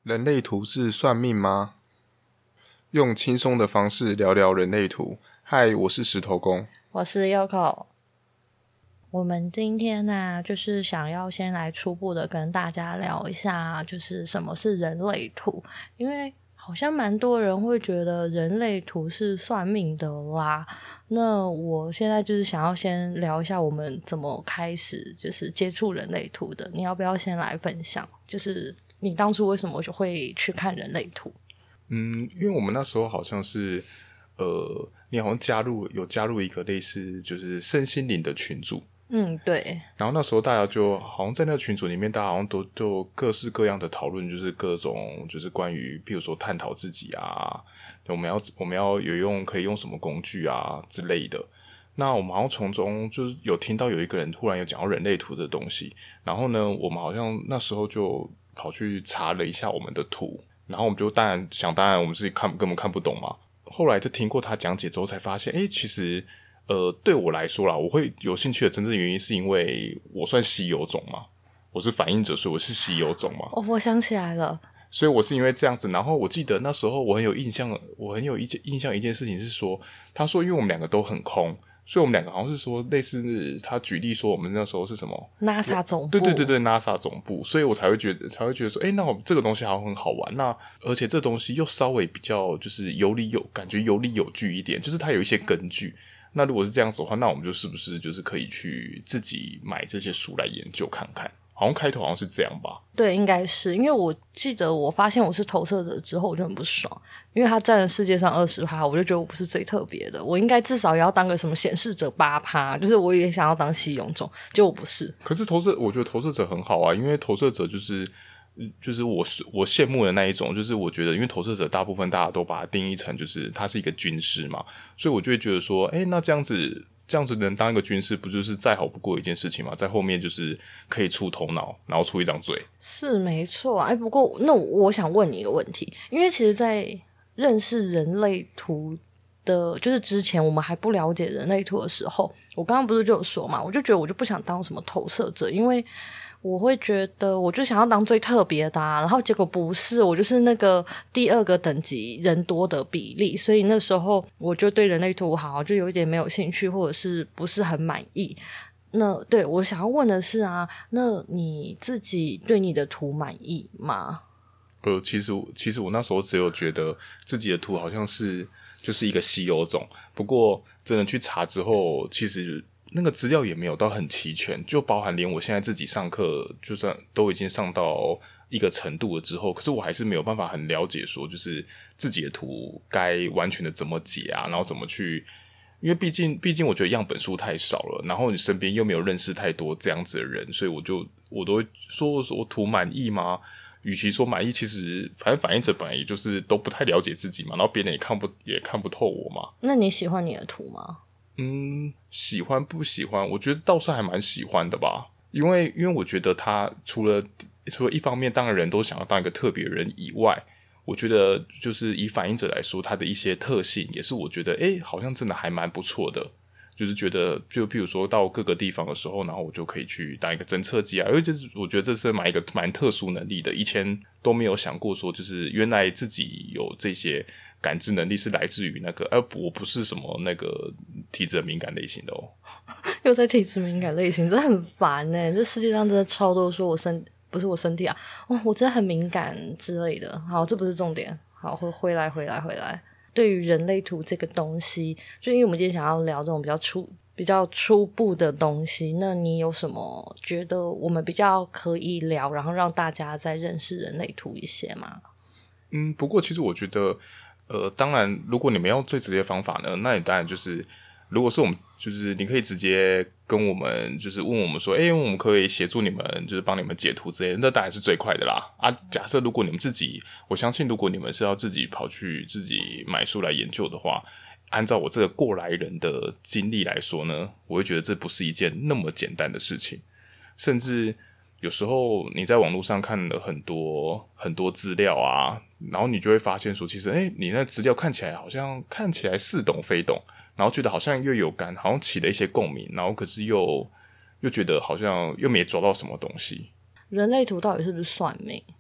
人类图是算命吗？用轻松的方式聊聊人类图。嗨，我是石头公， 我是 Yoko。我们今天呢，就是想要先来初步的跟大家聊一下，就是什么是人类图，因为好像蛮多人会觉得人类图是算命的啦。那我现在就是想要先聊一下我们怎么开始就是接触人类图的，你要不要先来分享？就是你当初为什么就会去看人类图？ 因为我们那时候好像是你好像有加入一个类似就是身心灵的群组。 对。 然后那时候大家就好像在那个群组里面，大家好像都有各式各样的讨论，就是各种就是关于譬如说探讨自己啊，我们要可以用什么工具啊之类的。那我们好像从中就是有听到有一个人突然有讲到人类图的东西，然后呢我们好像那时候就跑去查了一下我们的图，然后我们就当然我们自己根本看不懂嘛。后来就听过他讲解之后才发现，其实对我来说啦，我会有兴趣的真正原因是因为我算稀有种嘛，我是反应者，所以我是稀有种嘛。 我想起来了， 所以我是因为这样子。然后我记得那时候我很有印象一件事情是说，他说因为我们两个都很空，所以我们两个好像是说类似他举例说我们那时候是什么 NASA 总部， 对 NASA 总部，所以我才会觉得说，那我这个东西好像很好玩。那而且这东西又稍微比较就是感觉有理有据一点，就是它有一些根据。那如果是这样子的话，那我们就是不是就是可以去自己买这些书来研究看看？好像开头好像是这样吧。 对，应该是因为我记得我发现我是投射者之后我就很不爽，因为他占了世界上 20%， 我就觉得我不是最特别的，我应该至少也要当个什么显示者 8%， 就是我也想要当稀有种，结果我不是。 可是我觉得投射者很好啊，因为投射者就是我羡慕的那一种，就是我觉得因为投射者大部分大家都把它定义成就是他是一个军师嘛，所以我就会觉得说那这样子能当一个军师不就是再好不过一件事情嘛，在后面就是可以出头脑然后出一张嘴。 是没错啊，不过那我想问你一个问题，因为其实在认识人类图的就是之前我们还不了解人类图的时候，我刚刚不是就有说嘛，我就觉得我就不想当什么投射者，因为我会觉得我就想要当最特别的然后结果不是，我就是那个第2个等级人多的比例，所以那时候我就对人类图好像就有一点没有兴趣，或者是不是很满意。那对我想要问的是那你自己对你的图满意吗？ 其实我那时候只有觉得自己的图好像是就是一个稀有种，不过真的去查之后，其实那个资料也没有到很齐全，就包含连我现在自己上课，就算都已经上到一个程度了之后，可是我还是没有办法很了解说，就是自己的图该完全的怎么解啊，然后怎么去，因为毕竟我觉得样本数太少了，然后你身边又没有认识太多这样子的人，所以我都会说我图满意吗？与其说满意，其实反正反应者本来也就是都不太了解自己嘛，然后别人也看不透我嘛。 那你喜欢你的图吗？ 喜欢不喜欢？我觉得倒是还蛮喜欢的吧，因为我觉得他除了一方面，当然人都想要当一个特别人以外，我觉得就是以反应者来说，他的一些特性也是我觉得好像真的还蛮不错的。就是觉得就譬如说到各个地方的时候，然后我就可以去当一个侦测机啊，因为我觉得这是一个蛮特殊能力的，以前都没有想过说就是原来自己有这些感知能力是来自于那个我不是什么那个体质敏感类型的哦。 又在体质敏感类型，真的很烦欸，这世界上真的超多说不是我身体我真的很敏感之类的。好，这不是重点，好，回来。对于人类图这个东西，就因为我们今天想要聊这种比较初步的东西，那你有什么觉得我们比较可以聊，然后让大家再认识人类图一些吗？ 不过其实我觉得当然如果你们要最直接的方法呢，那你当然就是如果是我们就是你可以直接跟我们就是问我们说我们可以协助你们就是帮你们解图之类的，那当然是最快的啦假设如果你们我相信如果你们是要自己跑去自己买书来研究的话，按照我这个过来人的经历来说呢，我会觉得这不是一件那么简单的事情，甚至有时候你在网络上看了很多资料然后你就会发现说其实你那资料看起来似懂非懂，然后觉得好像又有感，好像起了一些共鸣，然后可是又觉得好像又没抓到什么东西。 人类图到底是不是算命？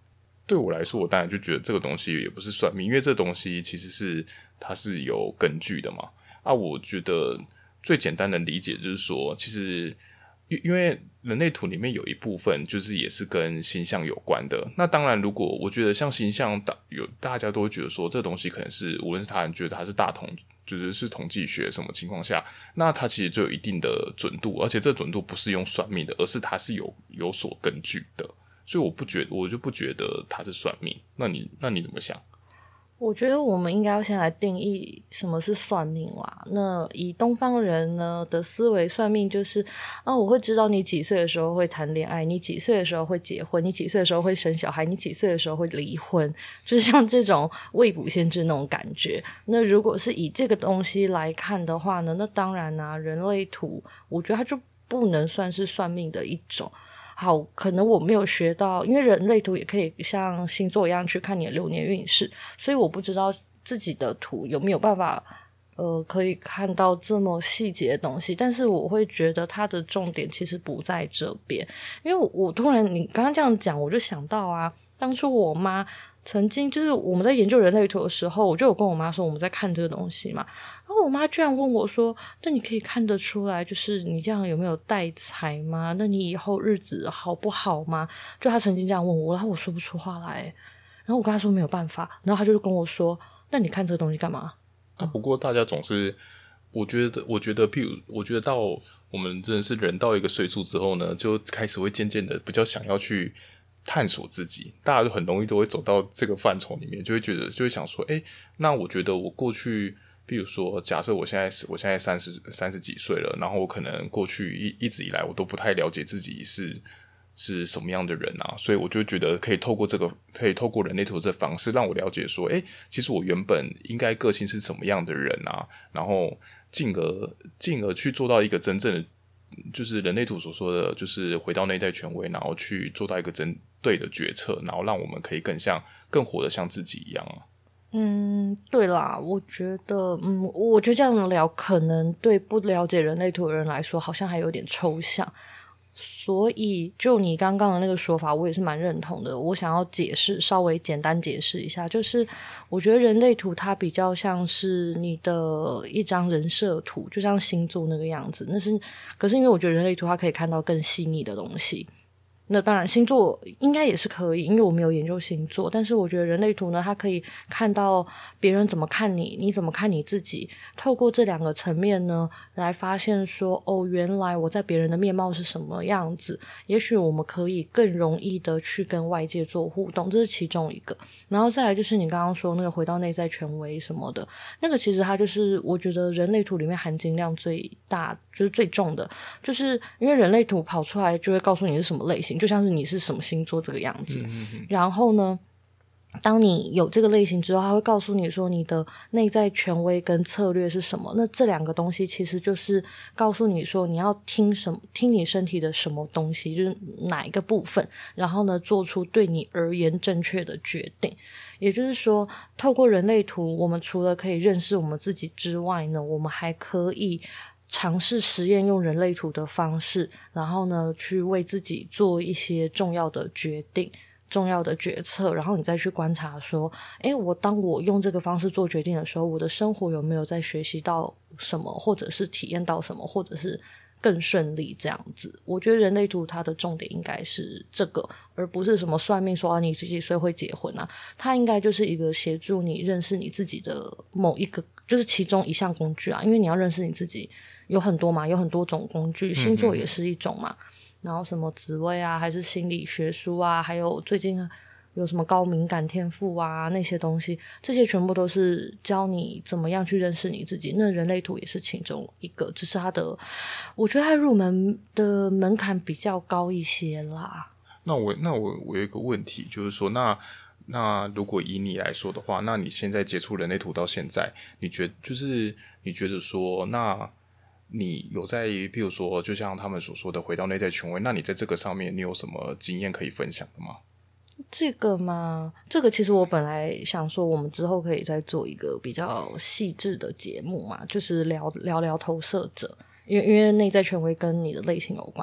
对我来说，我当然就觉得这个东西也不是算命，因为这东西其实它是有根据的嘛。我觉得最简单的理解就是说，其实因为人类图里面有一部分就是也是跟星象有关的。那当然，如果我觉得像星象大家都会觉得说，这东西可能是无论是他人觉得它是是统计学什么情况下，那它其实就有一定的准度，而且这准度不是用算命的，而是它是有所根据的。所以我就不觉得它是算命。那你怎么想？ 我觉得我们应该要先来定义什么是算命啦。那以东方人呢的思维，算命就是我会知道你几岁的时候会谈恋爱，你几岁的时候会结婚，你几岁的时候会生小孩，你几岁的时候会离婚，就是像这种未卜先知那种感觉。那如果是以这个东西来看的话呢，那当然啊，人类图我觉得它就不能算是算命的一种。好，可能我没有学到，因为人类图也可以像星座一样去看你的流年运势，所以我不知道自己的图有没有办法可以看到这么细节的东西。但是我会觉得它的重点其实不在这边，因为我突然你刚刚这样讲，我就想到当初我妈曾经就是我们在研究人类图的时候，我就有跟我妈说我们在看这个东西嘛，然后我妈居然问我说，那你可以看得出来就是你这样有没有带财吗？那你以后日子好不好吗？就她曾经这样问我，然后我说不出话来，然后我跟她说没有办法，然后她就跟我说，那你看这个东西干嘛？ 不过大家总是我觉得譬如我觉得到我们真的是人到一个岁数之后呢，就开始会渐渐的比较想要去探索自己，大家就很容易都会走到这个范畴里面，就会想说，那我觉得我过去，比如说，假设我现在三十几岁了，然后我可能过去一直以来我都不太了解自己是什么样的人啊，所以我就觉得可以透过人类图这方式让我了解说，其实我原本应该个性是怎么样的人啊，然后进而去做到一个真正的。就是人类图所说的，就是回到内在权威，然后去做到一个针对的决策，然后让我们可以更活得像自己一样啊。 对啦，我觉得这样聊可能对不了解人类图的人来说好像还有点抽象，所以就你刚刚的那个说法我也是蛮认同的。我想要稍微简单解释一下，就是我觉得人类图它比较像是你的一张人设图，就像星座那个样子，可是因为我觉得人类图它可以看到更细腻的东西，那当然星座应该也是可以，因为我没有研究星座，但是我觉得人类图呢，它可以看到别人怎么看你，你怎么看你自己，透过这两个层面呢来发现说，原来我在别人的面貌是什么样子，也许我们可以更容易的去跟外界做互动，这是其中一个。然后再来就是你刚刚说那个回到内在权威什么的，那个其实它就是我觉得人类图里面含金量最大就是最重的，就是因为人类图跑出来就会告诉你是什么类型，就像是你是什么星座这个样子。然后呢，当你有这个类型之后，他会告诉你说你的内在权威跟策略是什么。那这两个东西其实就是告诉你说你要听你身体的什么东西，就是哪一个部分，然后呢做出对你而言正确的决定。也就是说，透过人类图，我们除了可以认识我们自己之外呢，我们还可以尝试实验用人类图的方式，然后呢去为自己做一些重要的决定、重要的决策，然后你再去观察说，当我用这个方式做决定的时候，我的生活有没有在学习到什么，或者是体验到什么，或者是更顺利这样子。我觉得人类图它的重点应该是这个，而不是什么算命说你几岁会结婚啊，它应该就是一个协助你认识你自己的某一个，就是其中一项工具啊。因为你要认识你自己有很多嘛，有很多种工具，星座也是一种嘛，然后什么紫微啊，还是心理学书啊，还有最近有什么高敏感天赋啊，那些东西，这些全部都是教你怎么样去认识你自己。那人类图也是其中一个，只是我觉得它入门的门槛比较高一些啦。 那我有一个问题，就是说，那如果以你来说的话，那你现在接触人类图到现在，你觉得说，那你有在譬如说就像他们所说的回到内在权威，那你在这个上面你有什么经验可以分享的吗？ 这个嘛，这个其实我本来想说我们之后可以再做一个比较细致的节目嘛，就是聊投射者，因为内在权威跟你的类型有关。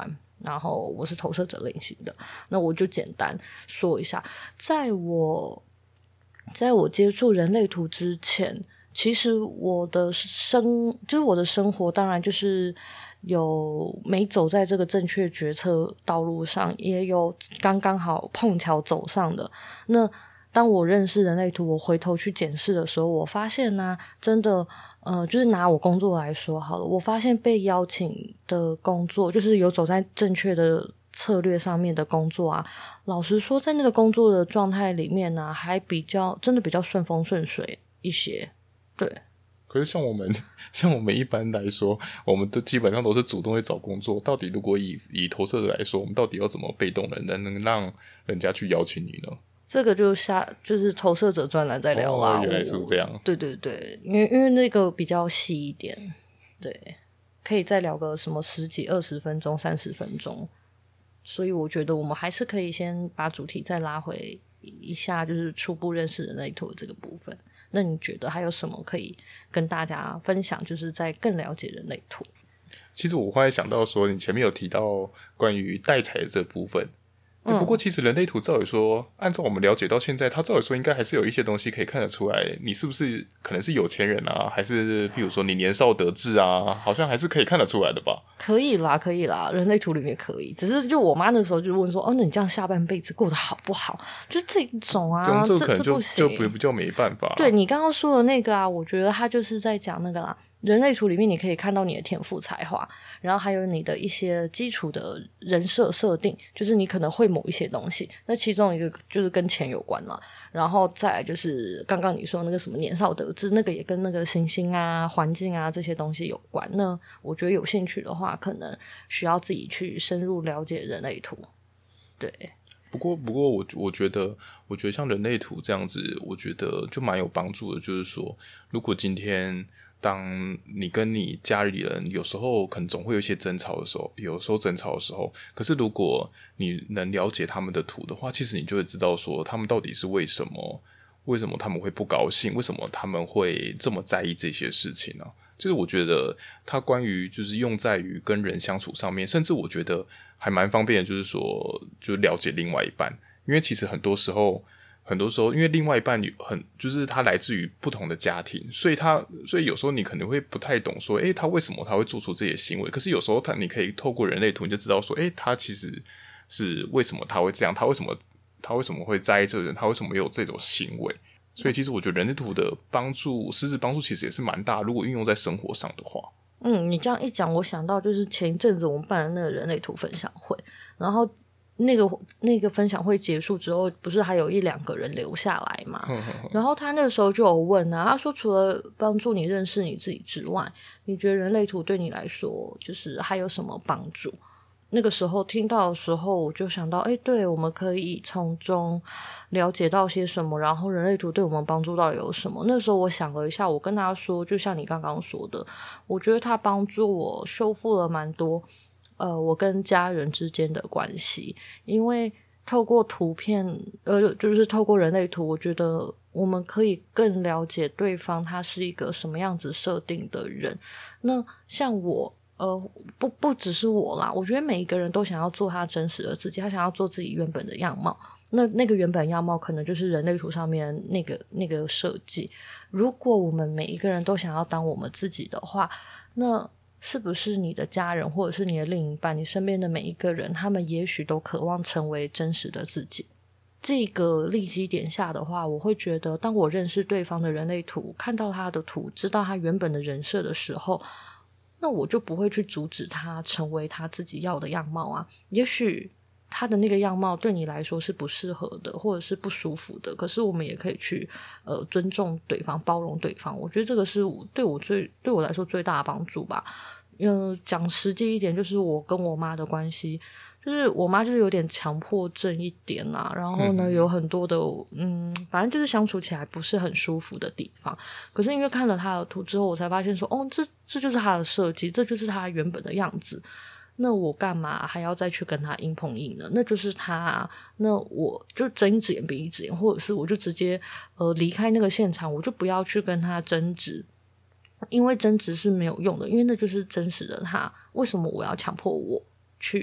然后我是投射者类型的。那我就简单说一下，在我接触人类图之前，其实我的生活当然就是有没走在这个正确决策道路上，也有刚刚好碰巧走上的。那当我认识人类图，我回头去检视的时候，我发现呢，真的就是拿我工作来说好了，我发现被邀请的工作，就是有走在正确的策略上面的工作啊，老实说在那个工作的状态里面呢，还真的比较顺风顺水一些。对， 可是像我们一般来说，我们都基本上都是主动去找工作。到底如果以投射者来说，我们到底要怎么被动的能让人家去邀请你呢？ 这个就是投射者专栏在聊啦。 原来是这样。 对对对，因为那个比较细一点，对，可以再聊个什么10几20分钟30分钟，所以我觉得我们还是可以先把主题再拉回一下，就是初步认识人类图的这个部分。那你觉得还有什么可以跟大家分享，就是在更了解人类图？ 其实我后来想到说，你前面有提到关于带财的这部分，不过其实人类图照理说，按照我们了解到现在，它照理说应该还是有一些东西可以看得出来，你是不是可能是有钱人啊，还是譬如说你年少得志啊，好像还是可以看得出来的吧？ 可以啦，人类图里面可以，只是就我妈那时候就问说，哦，那你这样下半辈子过得好不好？就这种啊， 这可能不行， 就比较没办法。 对，你刚刚说的那个啊，我觉得他就是在讲那个啦。人类图里面你可以看到你的天赋才华，然后还有你的一些基础的人设设定，就是你可能会某一些东西，那其中一个就是跟钱有关啦，然后再来就是刚刚你说那个什么年少得志，那个也跟那个行星啊环境啊这些东西有关。那我觉得有兴趣的话，可能需要自己去深入了解人类图。对， 不过我觉得像人类图这样子，我觉得就蛮有帮助的。就是说，如果今天当你跟你家里人有时候可能总会有一些争吵的时候，可是如果你能了解他们的图的话，其实你就会知道说他们到底是为什么他们会不高兴，为什么他们会这么在意这些事情呢？就是我觉得它关于就是用在于跟人相处上面，甚至我觉得还蛮方便的，就是说就了解另外一半，因为其实很多时候，因为另外一半就是他来自于不同的家庭，所以有时候你可能会不太懂说，他为什么他会做出这些行为？可是有时候你可以透过人类图，你就知道说，他其实是为什么他会这样，他为什么会在意这个人，他为什么有这种行为？所以其实我觉得人类图的实质帮助其实也是蛮大，如果运用在生活上的话。 你这样一讲，我想到就是前一阵子我们办的那个人类图分享会，然后那个分享会结束之后，不是还有1-2个人留下来嘛？然后他那个时候就有问啊，他说除了帮助你认识你自己之外，你觉得人类图对你来说就是还有什么帮助？那个时候听到的时候，我就想到，对，我们可以从中了解到些什么，然后人类图对我们帮助到底有什么。那时候我想了一下，我跟他说，就像你刚刚说的，我觉得他帮助我修复了蛮多我跟家人之间的关系，因为透过图片就是透过人类图，我觉得我们可以更了解对方他是一个什么样子设定的人。那像我不只是我啦，我觉得每一个人都想要做他真实的自己，他想要做自己原本的样貌。那个原本样貌可能就是人类图上面那个设计。如果我们每一个人都想要当我们自己的话，那是不是你的家人或者是你的另一半，你身边的每一个人，他们也许都渴望成为真实的自己？这个立基点下的话，我会觉得当我认识对方的人类图，看到他的图，知道他原本的人设的时候，那我就不会去阻止他成为他自己要的样貌啊。也许他的那个样貌对你来说是不适合的，或者是不舒服的，可是我们也可以去尊重对方，包容对方。我觉得这个是对我来说最大的帮助吧。讲实际一点，就是我跟我妈的关系，就是我妈就是有点强迫症一点啊，然后呢有很多的反正就是相处起来不是很舒服的地方。可是因为看了她的图之后，我才发现说，这就是她的设计，这就是她原本的样子。那我干嘛还要再去跟他硬碰硬呢？那就是他啊，那我就睁一只眼闭一只眼，或者是我就直接离开那个现场，我就不要去跟他争执，因为争执是没有用的，因为那就是真实的他。为什么我要强迫我去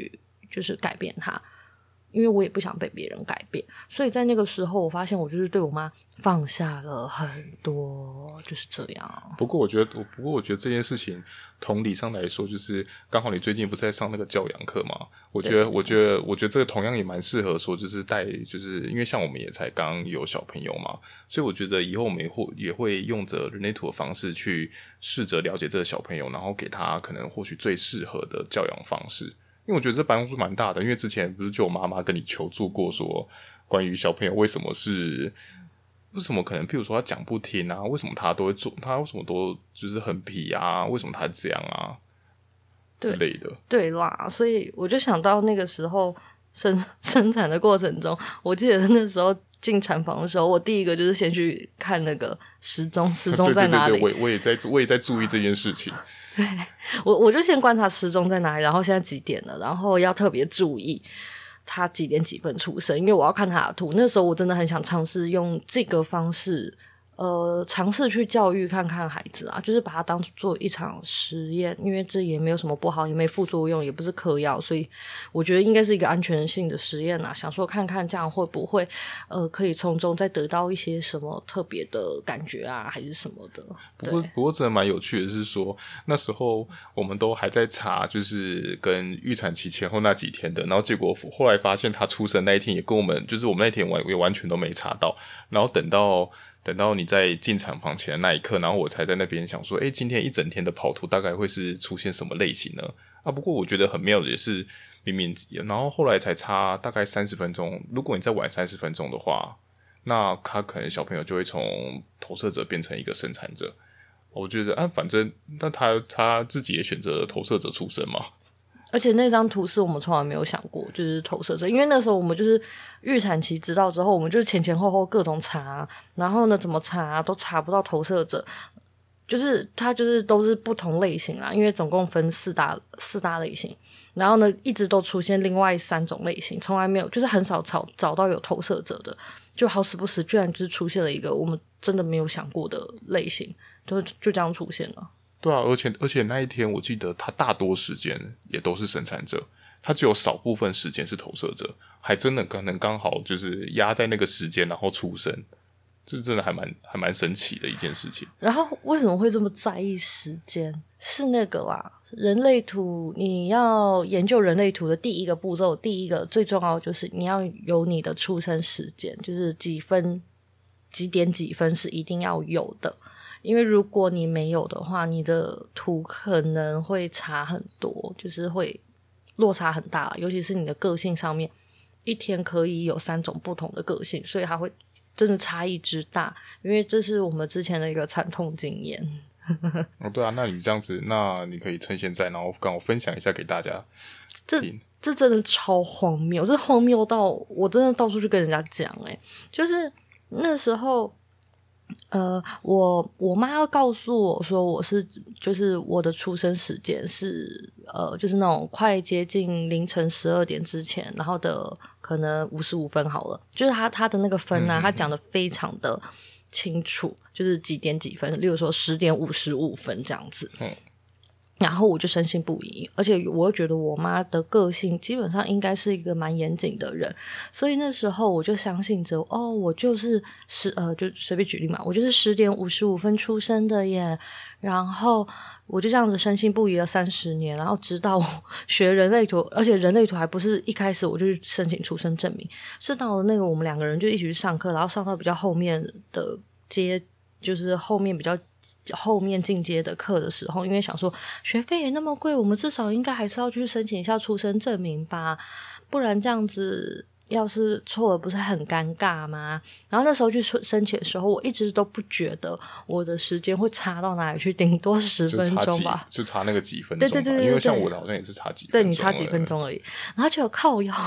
就是改变他，因为我也不想被别人改变，所以在那个时候我发现我就是对我妈放下了很多，就是这样。 不过我觉得这件事情同理上来说，就是刚好你最近不是在上那个教养课嘛？我觉得这个同样也蛮适合说，就是就是因为像我们也才刚有小朋友嘛，所以我觉得以后我们也会用着人类图的方式去试着了解这个小朋友，然后给他可能或许最适合的教养方式。因为我觉得这帮助蛮大的，因为之前不是就有妈妈跟你求助过说，关于小朋友为什么可能譬如说他讲不听啊，为什么他都会做，他为什么都就是很皮啊，为什么他这样啊之类的。 对啦，所以我就想到那个时候生产的过程中，我记得那时候进产房的时候，我第一个就是先去看那个时钟在哪里。 对，我也在注意这件事情。 对，我就先观察时钟在哪里，然后现在几点了，然后要特别注意他几点几分出生，因为我要看他的图。那时候我真的很想尝试用这个方式尝试去教育看看孩子啊，就是把它当做一场实验，因为这也没有什么不好，也没副作用，也不是嗑药，所以我觉得应该是一个安全性的实验啊，想说看看这样会不会可以从中再得到一些什么特别的感觉啊，还是什么的。 不过真的蛮有趣的是说，那时候我们都还在查就是跟预产期前后那几天的，然后结果后来发现他出生那一天也跟我们就是我们那天也完全都没查到，然后等到你在进产房前的那一刻，然后我才在那边想说，今天一整天的跑图大概会是出现什么类型呢？啊，不过我觉得很妙的也是明明，然后后来才差大概30分钟，如果你再晚30分钟的话，那他可能小朋友就会从投射者变成一个生产者。我觉得反正那他自己也选择了投射者出生嘛。 而且那张图是我们从来没有想过，就是投射者，因为那时候我们就是预产期知道之后，我们就是前后各种查，然后呢怎么查都查不到投射者，就是它就是都是不同类型啦，因为总共分四大类型，然后呢一直都出现另外3种类型，从来没有，就是很少找到有投射者的，就好死不死居然就是出现了一个我们真的没有想过的类型，就这样出现了。 对啊，而且那一天我记得他大多时间也都是生产者，他只有少部分时间是投射者，还真的可能刚好就是压在那个时间然后出生，这真的还蛮神奇的一件事情。 然后为什么会这么在意时间？是那个啦，人类图，你要研究人类图的第一个步骤，第一个最重要的就是你要有你的出生时间，就是几分几点几分是一定要有的。因为如果你没有的话，你的图可能会差很多，就是会落差很大，尤其是你的个性上面，一天可以有3种不同的个性，所以它会真的差异之大，因为这是我们之前的一个惨痛经验。 对啊，那你这样子，那你可以趁现在然后跟我分享一下给大家听。 这真的超荒谬，这荒谬到我真的到处去跟人家讲就是那时候我妈要告诉我说就是我的出生时间是就是那种快接近凌晨12点之前，然后的可能55分好了，就是他的那个分啊，他讲的非常的清楚，就是几点几分，例如说10点55分这样子。然后我就深信不疑，而且我又觉得我妈的个性基本上应该是一个蛮严谨的人，所以那时候我就相信着我就是就随便举例嘛，我就是10点55分出生的耶，然后我就这样子深信不疑了30年，然后直到我学人类图，而且人类图还不是一开始我就去申请出生证明，是到了那个我们2个人就一起去上课，然后上到比较后面的就是后面进阶的课的时候，因为想说学费也那么贵，我们至少应该还是要去申请一下出生证明吧，不然这样子要是错了不是很尴尬吗？然后那时候去申请的时候，我一直都不觉得我的时间会差到哪里去，顶多10分钟吧， 就差那个几分钟吧。对，因为像我的好像也是差几分钟， 对，你差几分钟而已。然后就有靠腰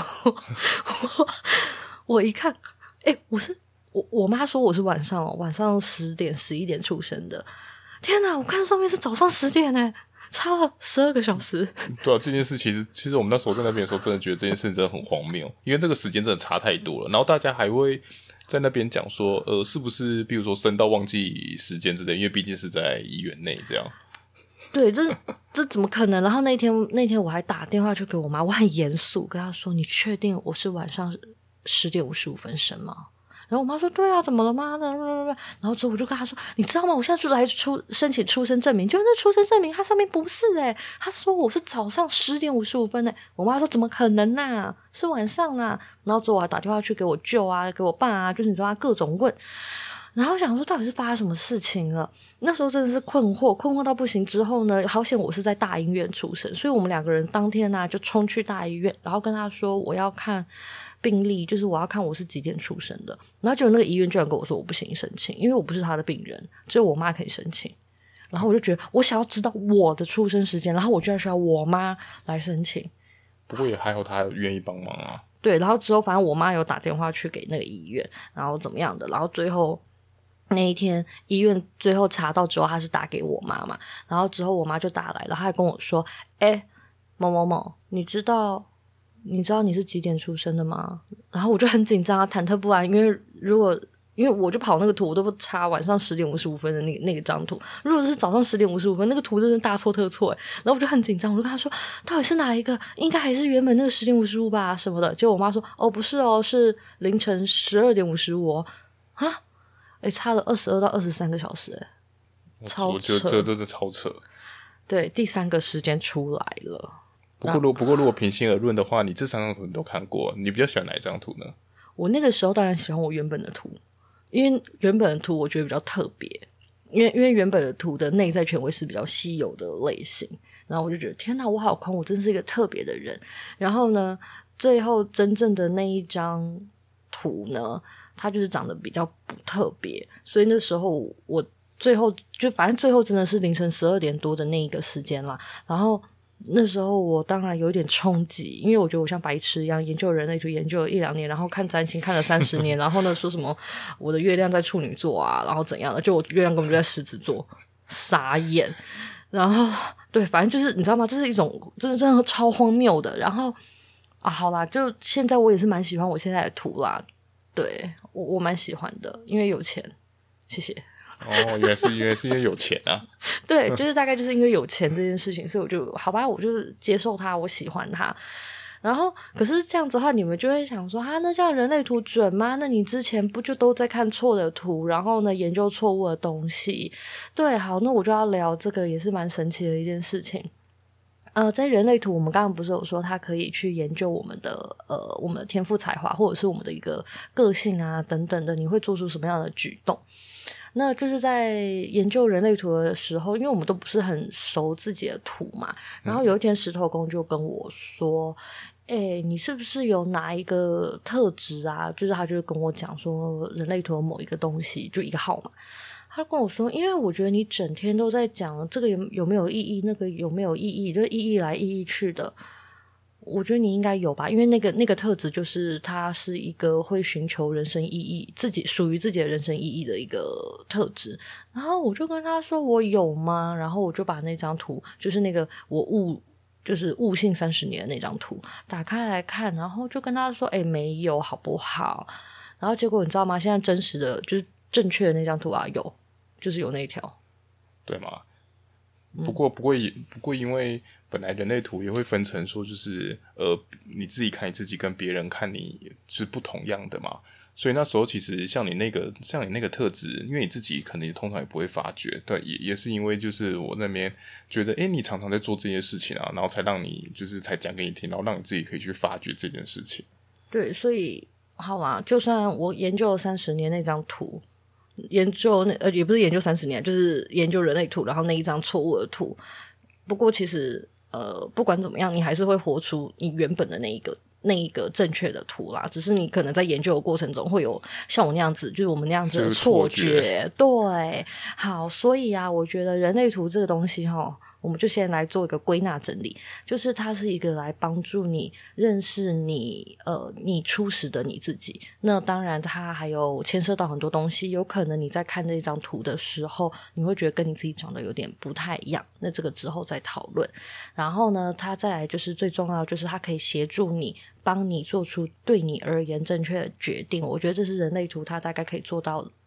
我一看我妈说我是晚上10点11点出生的，天哪，我看上面是早上10点差了12个小时。 对啊，这件事其实我们那时候在那边的时候真的觉得这件事真的很荒谬，因为这个时间真的差太多了，然后大家还会在那边讲说是不是比如说生到忘记时间之类，因为毕竟是在医院内这样。 对，这怎么可能？然后那天我还打电话去给我妈，我很严肃跟她说：“你确定我是晚上10:55生吗？”然后我妈说：“对啊，怎么了吗？”然后之后我就跟她说：“你知道吗？我现在就来申请出生证明，就那出生证明它上面不是她说我是早上10:55我妈说：“怎么可能啊？是晚上啊！”然后之后我还打电话去给我舅啊，给我爸啊，就是你知道她各种问。然后想说到底是发生什么事情了，那时候真的是困惑到不行。之后呢，好险我是在大医院出生，所以我们2个人当天就冲去大医院，然后跟他说我要看病历，就是我要看我是几点出生的。然后结果那个医院居然跟我说我不行申请，因为我不是他的病人，只有我妈可以申请。然后我就觉得我想要知道我的出生时间，然后我居然需要我妈来申请。 不过也还好他愿意帮忙啊。 对，然后之后反正我妈有打电话去给那个医院，然后怎么样的，然后最后那一天医院最后查到之后，他是打给我妈嘛，然后之后我妈就打来了，她还跟我说：“某某某，你知道你是几点出生的吗？”然后我就很紧张忐忑不安，因为我就跑那个图，我都不查晚上10:55的那个张图。如果是早上10:55，那个图真是大错特错然后我就很紧张，我就跟他说到底是哪一个，应该还是原本那个10:55吧什么的。结果我妈说不是是凌晨12:55啊，差了22到23个小时超扯， 这真的超扯。 对，第3个时间出来了。 不过如果平心而论的话，你这3张图你都看过，你比较喜欢哪一张图呢？ 我那个时候当然喜欢我原本的图，因为原本的图我觉得比较特别，因为原本的图的内在权威是比较稀有的类型，然后我就觉得天哪，我好空，我真是一个特别的人。然后呢，最后真正的那一张图呢，它就是长得比较不特别，所以那时候我最后就反正最后真的是凌晨12点多的那一个时间啦。然后那时候我当然有点冲击，因为我觉得我像白痴一样研究人类图研究了1-2年，然后看占星看了30年，然后呢说什么我的月亮在处女座啊，然后怎样的，就我月亮根本就在狮子座，傻眼。然后对，反正就是你知道吗，这是一种真的超荒谬的。然后好啦，就现在我也是蛮喜欢我现在的图啦，对，我蛮喜欢的，因为有钱，谢谢。 原来是因为有钱啊。 对，就是大概就是因为有钱这件事情，所以我就好吧，我就接受它，我喜欢它。然后可是这样子的话，你们就会想说那这样人类图准吗？那你之前不就都在看错的图，然后呢研究错误的东西？对，好，那我就要聊这个也是蛮神奇的一件事情。在人类图我们刚刚不是有说它可以去研究我们的天赋才华，或者是我们的一个个性啊等等的，你会做出什么样的举动。那就是在研究人类图的时候，因为我们都不是很熟自己的图嘛，然后有一天石头公就跟我说你是不是有哪一个特质啊，就是他就跟我讲说人类图有某一个东西，就一个号码。他跟我说因为我觉得你整天都在讲这个有没有意义，那个有没有意义，就是意义来意义去的，我觉得你应该有吧，因为那个特质就是它是一个会寻求人生意义，自己属于自己的人生意义的一个特质。然后我就跟他说我有吗？然后我就把那张图，就是那个就是悟性30年的那张图打开来看，然后就跟他说没有好不好。然后结果你知道吗，现在真实的就是正确的那张图就是有那一条， 对吗？不过因为本来人类图也会分成说就是你自己看你自己跟别人看你是不同样的嘛，所以那时候其实像你那个特质，因为你自己可能通常也不会发觉，对，也是因为就是我那边觉得你常常在做这件事情啊，然后才让你就是才讲给你听，然后让你自己可以去发掘这件事情。 对，所以好啦，就算我研究了30年那张图，研究也不是研究30年，就是研究人类图，然后那一张错误的图。不过其实不管怎么样，你还是会活出你原本的那一个正确的图啦，只是你可能在研究的过程中会有像我那样子，就是我们那样子的错觉。对，好，所以我觉得人类图这个东西我们就先来做一个归纳整理，就是它是一个来帮助你认识你初始的你自己。那当然它还有牵涉到很多东西，有可能你在看这张图的时候你会觉得跟你自己长得有点不太一样，那这个之后再讨论。然后呢它再来就是最重要的，就是它可以协助你，帮你做出对你而言正确的决定。我觉得这是人类图它大概可以做到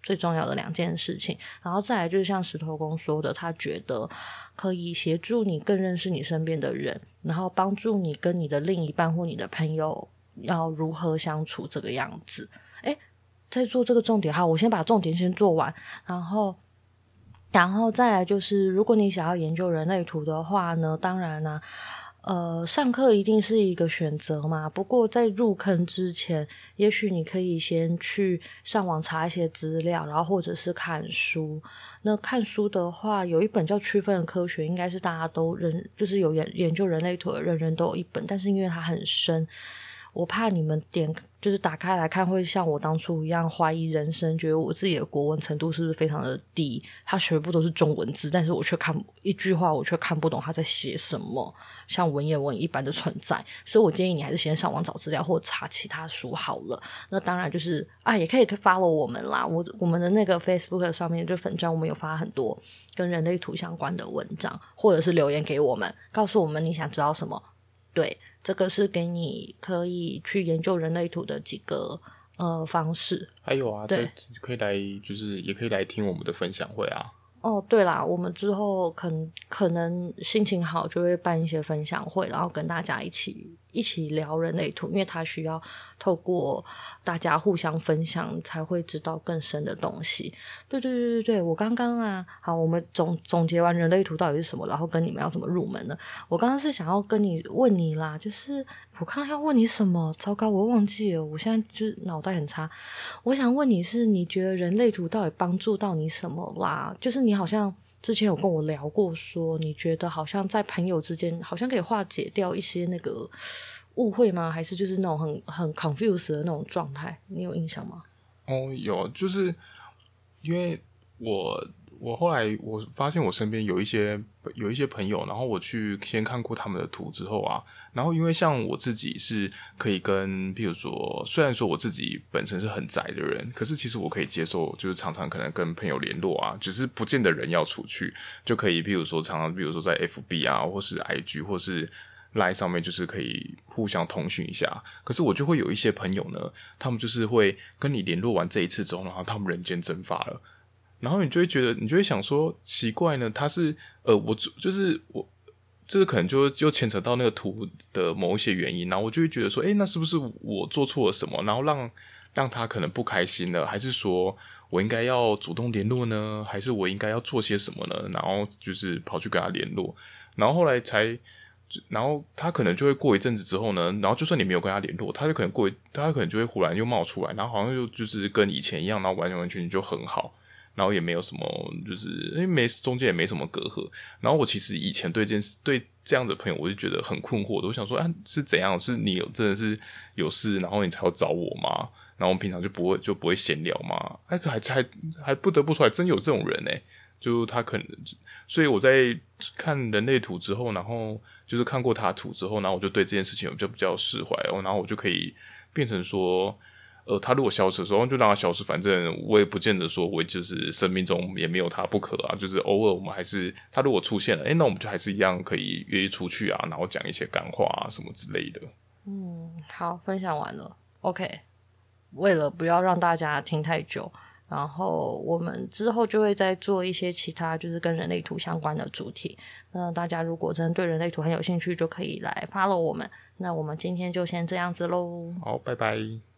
最重要的2件事情。然后再来就是像石头公说的，他觉得可以协助你更认识你身边的人，然后帮助你跟你的另一半或你的朋友要如何相处这个样子。在做这个重点，好，我先把重点先做完，然后再来就是，如果你想要研究人类图的话呢，当然呢，上课一定是一个选择嘛。不过在入坑之前，也许你可以先去上网查一些资料，然后或者是看书。那看书的话，有一本叫《区分的科学》，应该是大家都就是有研究人类图的人都有一本，但是因为它很深，我怕你们就是打开来看会像我当初一样怀疑人生，觉得我自己的国文程度是不是非常的低，它全部都是中文字，但是我却一句话我却看不懂他在写什么，像文言文一般的存在。所以我建议你还是先上网找资料或查其他书好了。那当然就是也可以 follow 我们啦，我们的那个 Facebook 上面就粉专，我们有发很多跟人类图相关的文章，或者是留言给我们，告诉我们你想知道什么。对，这个是给你可以去研究人类图的几个方式。 还有啊， 对， 可以来，就是也可以来听我们的分享会啊。 对啦，我们之后可能心情好就会办一些分享会，然后跟大家一起聊人类图，因为它需要透过大家互相分享才会知道更深的东西。对，我刚刚好，我们总结完人类图到底是什么，然后跟你们要怎么入门呢？我刚刚是想要问你啦，就是我刚刚要问你什么？糟糕，我忘记了，我现在就是脑袋很差。我想问你是，你觉得人类图到底帮助到你什么啦？就是你好像之前有跟我聊过说，你觉得好像在朋友之间好像可以化解掉一些那个误会吗？还是就是那种很 confused 的那种状态？你有印象吗？ 有，就是因为我后来我发现我身边有一些朋友，然后我去先看过他们的图之后啊，然后因为像我自己是可以跟，譬如说，虽然说我自己本身是很宅的人，可是其实我可以接受，就是常常可能跟朋友联络啊，只是不见得人要出去，就可以譬如说常常比如说在 FB 啊，或是 IG 或是 LINE 上面，就是可以互相通讯一下。可是我就会有一些朋友呢，他们就是会跟你联络完这一次之后，然后他们人间蒸发了。然后你就会觉得，你就会想说，奇怪呢，他是我这个可能就牵扯到那个图的某一些原因，然后我就会觉得说，那是不是我做错了什么，然后让他可能不开心了，还是说我应该要主动联络呢，还是我应该要做些什么呢？然后就是跑去跟他联络，然后后来然后他可能就会过一阵子之后呢，然后就算你没有跟他联络，他可能就会忽然又冒出来，然后好像就是跟以前一样，然后完全就很好。然后也没有什么，就是中间也没什么隔阂。然后我其实以前对这样的朋友，我就觉得很困惑的。我想说，是怎样？是你真的是有事，然后你才要找我吗？然后我们平常就不会闲聊吗？还不得不说，还真有这种人欸。就他可能，所以我在看人类图之后，然后就是看过他图之后，然后我就对这件事情比较释怀哦，然后我就可以变成说。他如果消失的时候，就让他消失，反正我也不见得说我就是生命中也没有他不可啊，就是偶尔我们还是他如果出现了，那我们就还是一样可以约出去啊，然后讲一些干话啊什么之类的。 好，分享完了 OK。 为了不要让大家听太久，然后我们之后就会再做一些其他就是跟人类图相关的主题。那大家如果真的对人类图很有兴趣，就可以来 follow 我们。那我们今天就先这样子咯。 好，拜拜。